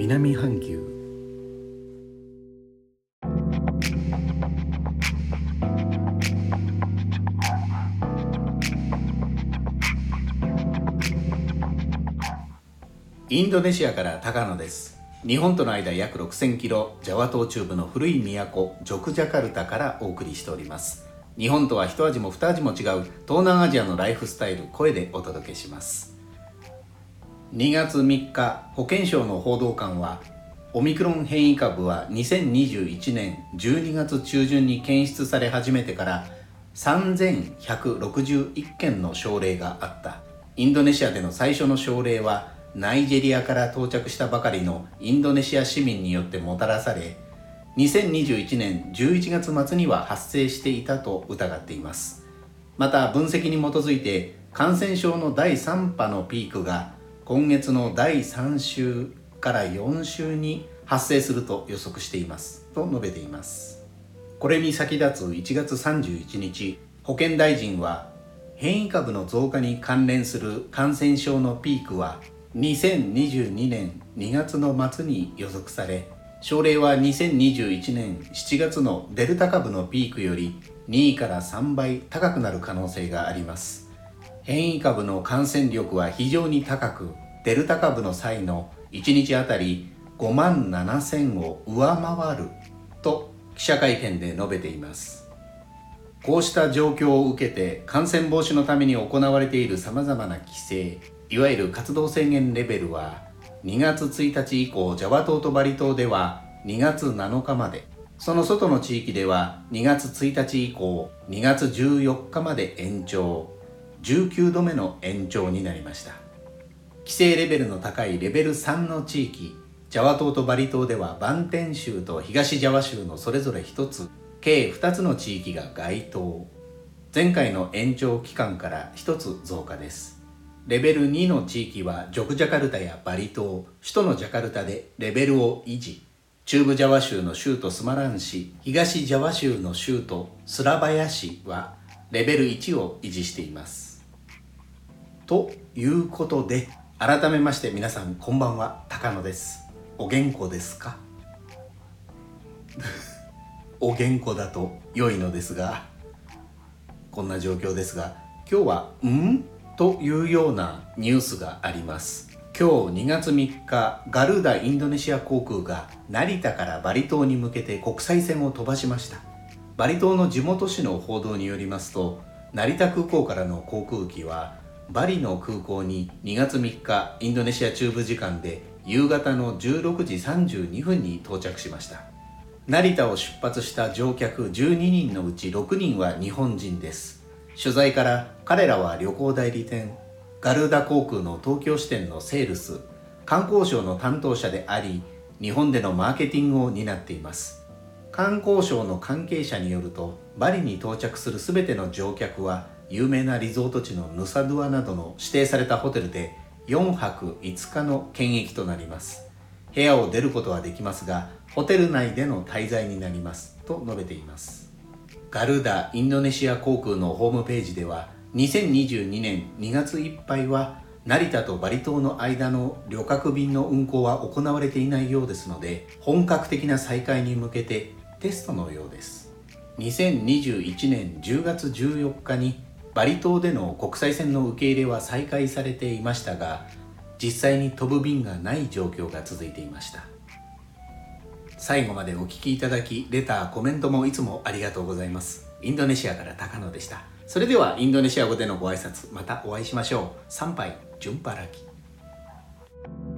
南半球。インドネシアから高野です。日本との間約6000キロ、ジャワ島中部の古い都ジョクジャカルタからお送りしております。日本とは一味も二味も違う東南アジアのライフスタイル、声でお届けします。2月3日、保健省の報道官は、オミクロン変異株は2021年12月中旬に検出され始めてから3161件の症例があった。インドネシアでの最初の症例はナイジェリアから到着したばかりのインドネシア市民によってもたらされ、2021年11月末には発生していたと疑っています。また分析に基づいて、感染症の第3波のピークが今月の第3週から4週に発生すると予測していますと述べています。これに先立つ1月31日、保健大臣は変異株の増加に関連する感染症のピークは2022年2月の末に予測され、症例は2021年7月のデルタ株のピークより2から3倍高くなる可能性があります。変異株の感染力は非常に高く、デルタ株の際の1日あたり5万7000を上回ると記者会見で述べています。こうした状況を受けて、感染防止のために行われているさまざまな規制、いわゆる活動制限レベルは2月1日以降、ジャワ島とバリ島では2月7日まで、その外の地域では2月1日以降2月14日まで延長、19度目の延長になりました。規制レベルの高いレベル3の地域、ジャワ島とバリ島ではバンテン州と東ジャワ州のそれぞれ1つ、計2つの地域が該当。前回の延長期間から1つ増加です。レベル2の地域はジョクジャカルタやバリ島、首都のジャカルタでレベルを維持。中部ジャワ州の州都スマラン市、東ジャワ州の州都スラバヤ市はレベル1を維持しています。ということで、改めまして皆さんこんばんは、高野です。お元気ですか？お元気だと良いのですが、こんな状況ですが、今日はというようなニュースがあります。今日2月3日、ガルーダインドネシア航空が成田からバリ島に向けて国際線を飛ばしました。バリ島の地元紙の報道によりますと、成田空港からの航空機はバリの空港に2月3日インドネシア中部時間で夕方の16時32分に到着しました。成田を出発した乗客12人のうち6人は日本人です。取材から、彼らは旅行代理店ガルーダ航空の東京支店のセールス、観光省の担当者であり、日本でのマーケティングを担っています。観光省の関係者によると、バリに到着するすべての乗客は有名なリゾート地のヌサドゥアなどの指定されたホテルで4泊5日の検疫となります。部屋を出ることはできますが、ホテル内での滞在になりますと述べています。ガルーダインドネシア航空のホームページでは、2022年2月いっぱいは成田とバリ島の間の旅客便の運航は行われていないようですので、本格的な再開に向けてテストのようです。2021年10月14日にバリ島での国際線の受け入れは再開されていましたが、実際に飛ぶ便がない状況が続いていました。最後までお聞きいただき、レター、コメントもいつもありがとうございます。インドネシアから高野でした。それではインドネシア語でのご挨拶、またお会いしましょう。参拝、ジュンパラキ。